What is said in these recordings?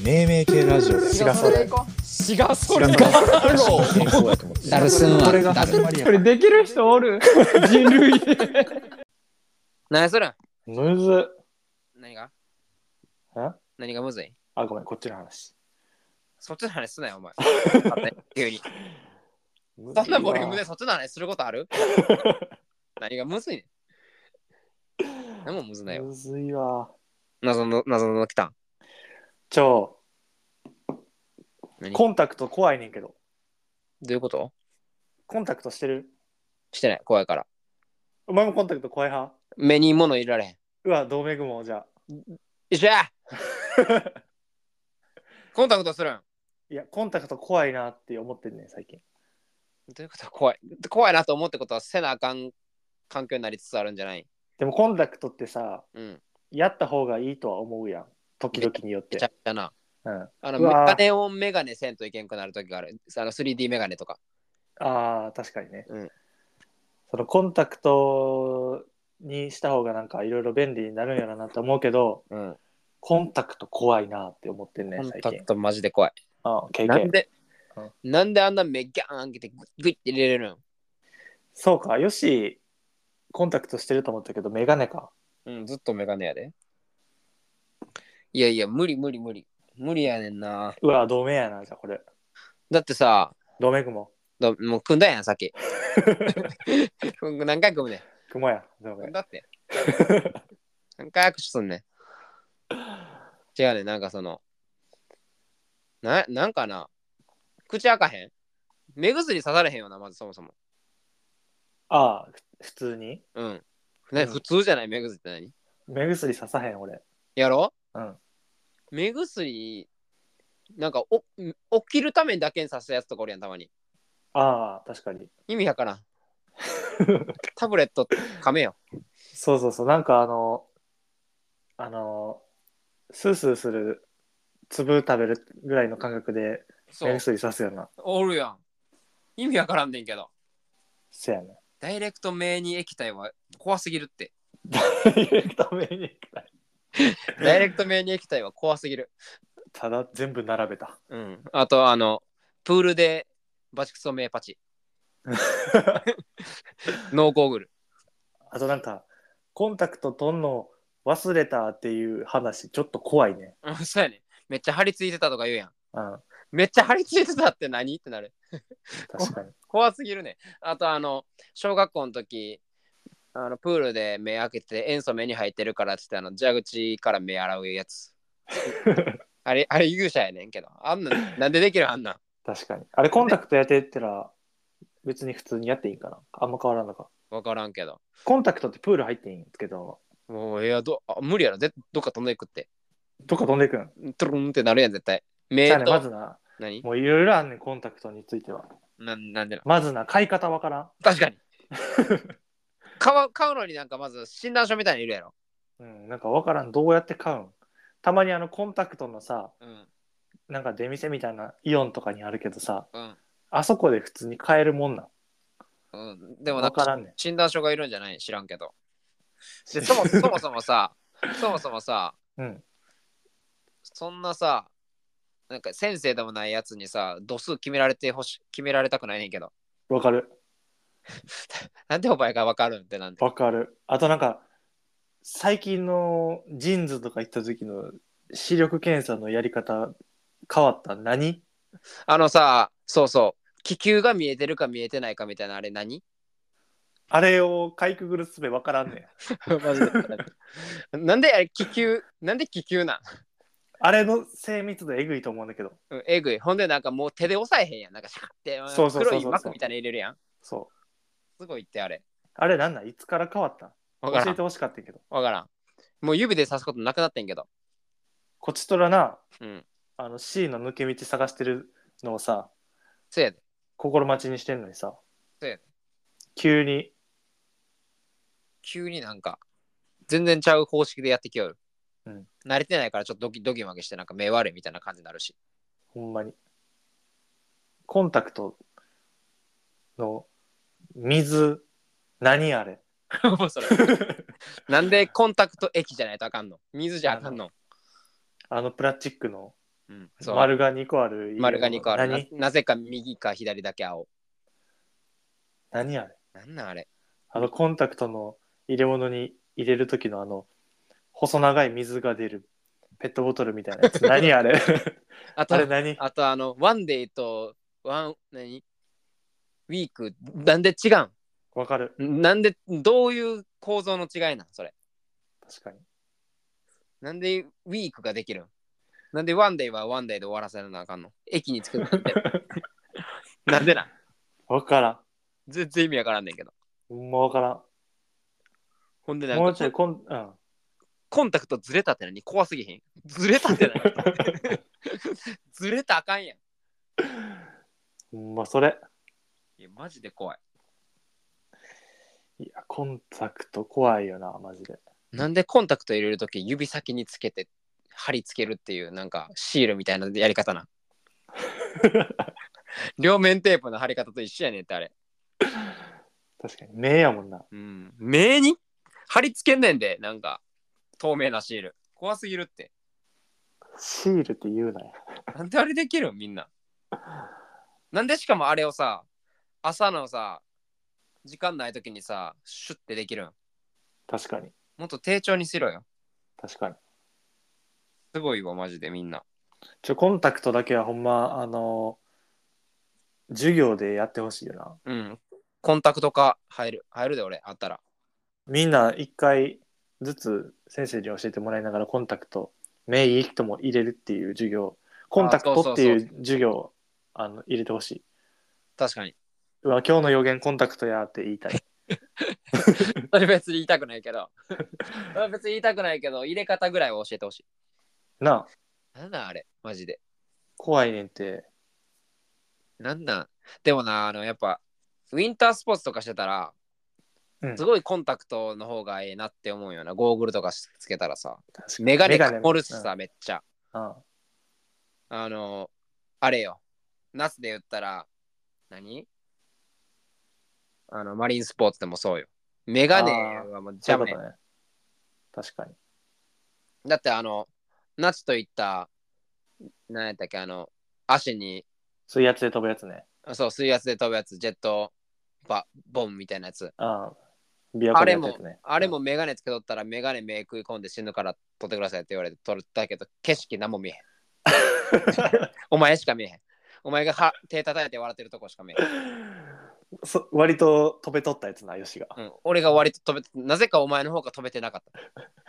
命名系ラジオで違うそれ行こう。違うそれか健康やと思ってダルスンはこれが始まりやこれできる人おる人類で。 何それむず何がえ何がむずいあごめんこっちの話そっちの話すなよお前急にそんなボリュームでそっちの話することある何がむずいねん何もむずないよむずいわ謎の来たん何コンタクト怖いねんけどどういうことコンタクトしてるしてない怖いからお前もコンタクト怖い派目に物入れられへんうわ同盟雲じゃあ一緒やコンタクトするんいやコンタクト怖いなって思ってんねん最近どういうこと怖いなと思ってことはせなあかん環境になりつつあるんじゃないでもコンタクトってさうんやった方がいいとは思うやん時々によってめちゃくちゃなうんメうわガネオンメガネせんといけんくなるときがある3D メガネとかあー確かにね、 うんそのコンタクトにした方がなんかいろいろ便利になるんやろなって思うけどうんコンタクト怖いなって思ってんねコン最近タクトマジで怖い経験なんでうんなんであんな目ギャーン開けてグイッて入れれるんそうかよしコンタクトしてると思ったけどメガネかうんずっとメガネやでいやいや無理やねんなうわ同盟やなじゃあこれだってさ同盟雲もう組んだやんさっき何回組むねん雲や同盟組んだって何回握手すんねん違うねなんかそのなんかな口開かへん目薬刺されへんよなまずそもそもああ普通にうんうん普通じゃない目薬って何目薬ささへん俺やろうん目薬なんか起きるためにだけに刺すやつとかおるやんたまにああ確かに意味やからんタブレット噛めよそうなんかスースーする粒食べるぐらいの感覚でそう目薬さすよなおるやん意味わからんねんけどせやねダイレクトメーニ液体は怖すぎるってダイレクトメニューダイレクトメーニ液体は怖すぎるただ全部並べたうんあとプールでバチクソメーパチノーゴーグルあとなんかコンタクト取んの忘れたっていう話ちょっと怖いねうんそうやねめっちゃ張り付いてたとか言うやんうんめっちゃ張り付いてたって何ってなる確かに怖すぎるねあと小学校の時プールで目開けて塩素目に入ってるからって言って蛇口から目洗うやつあれ勇者やねんけどあんなんでできるあんなん確かにあれコンタクトやってったら別に普通にやっていいんかなあんま変わらんのか分からんけどコンタクトってプール入っていいんですけどもう無理やろどっか飛んでいくってどっか飛んでいくんトゥルンってなるやん絶対目じゃあねとまずな何もういろいろあんねんコンタクトについてはなんでなまずな買い方わからん確かに買うのになんかまず診断書みたいにいるやろうんなんかわからんどうやって買うんたまにコンタクトのさうんなんか出店みたいなイオンとかにあるけどさうんあそこで普通に買えるもんなんでもなんかわからんねん診断書がいるんじゃない知らんけどでそもそもさうんそんなさなんか先生でもないやつにさ度数決められたくないねんけどわかるなんでお前が分かるんってなんでわかるあとなんか最近のジンズとか行った時の視力検査のやり方変わった何そう気球が見えてるか見えてないかみたいなあれ何あれをかいくぐるすべわからんねんマジでなんであれ気球なんあれの精密度えぐいと思うんだけどえぐいほんでなんかもう手で押さえへんやんなんかシャッてそう黒い膜みたいなの入れるやんそうすごいってあれあれなんなんいつから変わったんわからん教えてほしかったけどわからんもう指で刺すことなくなってんけどこちとらなうん C の抜け道探してるのをさせやで心待ちにしてんのにさせやで急になんか全然ちゃう方式でやってきよる、 うん、 慣れてないからちょっとドギマギしてなんか目悪いみたいな感じになるしほんまにコンタクトの水何あれもうそれなんでコンタクト液じゃないとあかんの水じゃあかんのプラスチックのそう丸が2個ある。 丸が2個ある。 何なぜか右か左だけ青。 何あれなんなんあれ。 コンタクトの入れ物に入れる時の細長い水が出るペットボトルみたいなやつ。何あれあと、 あれ何あとワンデーとウィーク、なんで違わかる。 うんなんで、どういう構造の違いなんそれ。 確かに。 なんでウィークができるんなんでワンデーはワンデーで終わらせなあかんの駅に着くのってなんでなんわからん。 全然意味わからんねんけど。 ほんまわからん。 ほんでなんかもうちょいコンタクトずれたって何怖すぎへんずれたって何ずれたらあかんやん。 ほんまそれ。 いや、マジで怖い。 いや、コンタクト怖いよな、マジで。 なんでコンタクト入れるとき指先につけて貼り付けるっていうなんかシールみたいなやり方な。両面テープの貼り方と一緒やねんってあれ。 確かに。目やもんな。 うん。目に貼り付けんねんで、なんか透明なシール。怖すぎるって。 シールって言うなよ。 なんであれできるんみんな。なんでしかもあれをさ、朝のさ、時間ないときにさ、シュッてできるん。 確かに。 もっと丁重にしろよ。 確かに。 すごいわ、マジでみんな。 コンタクトだけはほんま、授業でやってほしいよな。 うん。コンタクト化入るで俺、あったら。 みんな一回ずつ先生に教えてもらいながらコンタクト、目いい人も入れるっていう授業、コンタクトっていう授業入れてほしい。 確かに。 今日の予言コンタクトやって言いたい。 それ別に言いたくないけど。それ別に言いたくないけど、入れ方ぐらいは教えてほしい。 なあ、 なんだあれ、マジで。 怖いねんて。 なんなんでもな、やっぱ、ウィンタースポーツとかしてたら、 うんすごいコンタクトの方がええなって思うよな。ゴーグルとかつけたらさ。 確かにメガネメガネ曇るしさ、 うんめっちゃ。 ああれよ。夏で言ったら、何マリンスポーツでもそうよ。メガネはもう邪魔や。 そういうことね。確かに。 だって夏といった、何やったっけ、足に、 そういうやつで飛ぶやつね。 そう、水圧で飛ぶやつ、ジェットボンみたいなやつ。 ああ、琵琶湖でやったやつね。 あれもメガネつけとったらメガネ目食い込んで死ぬから取ってくださいって言われて取ったけど、景色何も見えへん。お前しか見えへん。お前が手叩いて笑ってるとこしか見えへん。 割と飛べとったやつな、よしが。 うん、俺が割と飛べて、なぜかお前の方が飛べてなかった。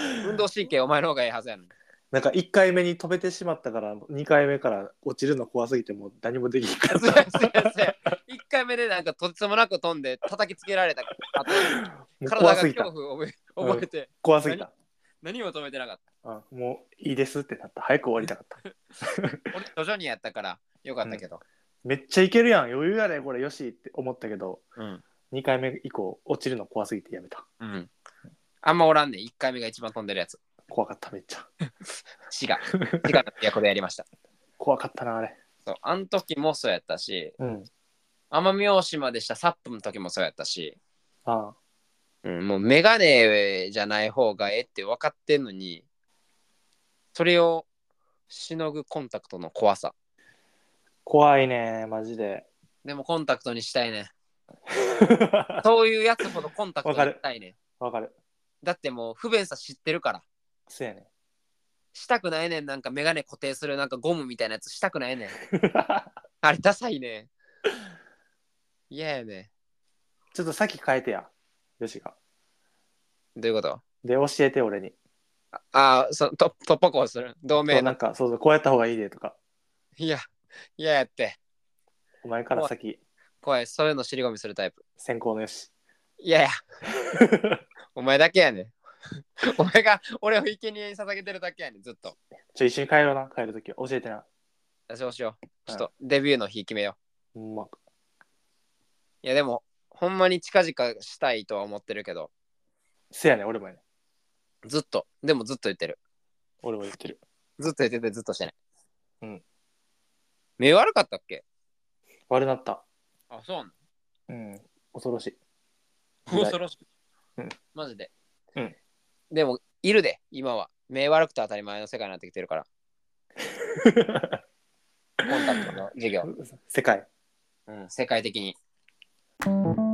運動神経お前の方がいいはずやのに。 なんか1回目に飛べてしまったから2回目から落ちるの怖すぎてもう何もできんかっそうやた。 そうやそうや1回目でなんかとてつもなく飛んで叩きつけられた後もう体が怖すぎた恐怖を覚えて、 怖すぎた。 何も止めてなかった。 もういいですってなった。早く終わりたかった。 俺徐々にやったからよかったけど。 めっちゃいけるやん、余裕やでこれよしって思ったけど、 うん 2回目以降落ちるの怖すぎてやめた。 うん。あんまおらんねん。1回目が一番飛んでるやつ。 怖かっためっちゃ。 滋賀の都でやりました。 怖かったなあれ。 そう、あの時もそうやったし、 うん。 奄美大島でしたサップの時もそうやったし、 あもうメガネじゃない方がええって分かってんのに、それをしのぐコンタクトの怖さ。 怖いねマジで。 でもコンタクトにしたいね。そういうやつほどコンタクトにしたいね。 わかる。 だってもう不便さ知ってるから。 そうやね。 したくないねん。なんかメガネ固定するなんかゴムみたいなやつしたくないねん。あれダサいね。嫌やね。 ちょっと先変えてや。よしが。 どういうこと？ で教えて俺に。 突破口する。同そう盟の。 なんかそうこうやった方がいいでとか。 いや、嫌やって。 お前から先怖い、そういうの尻込みするタイプ。 先行のよし。 いやいや、お前だけやねん。お前が俺を生贄に捧げてるだけやねん、ずっと。 一緒に帰ろうな、帰るときは。教えてな。 そうしよう。ちょっとデビューの日決めよほんま。 う。いや、でも、ほんまに近々したいとは思ってるけど、 せやね俺もやね。 でもずっと言ってる。 俺も言ってる。 ずっと言っててずっとしてない。 うん。 目悪かったっけ？ 悪なった。 あ、そうなの？ うん。恐ろしい。 恐ろしい。 うん。 マジで。 うん。 でも、いるで、今は。目悪くて当たり前の世界になってきてるから。 コンタクトの授業。 世界。 世界的に。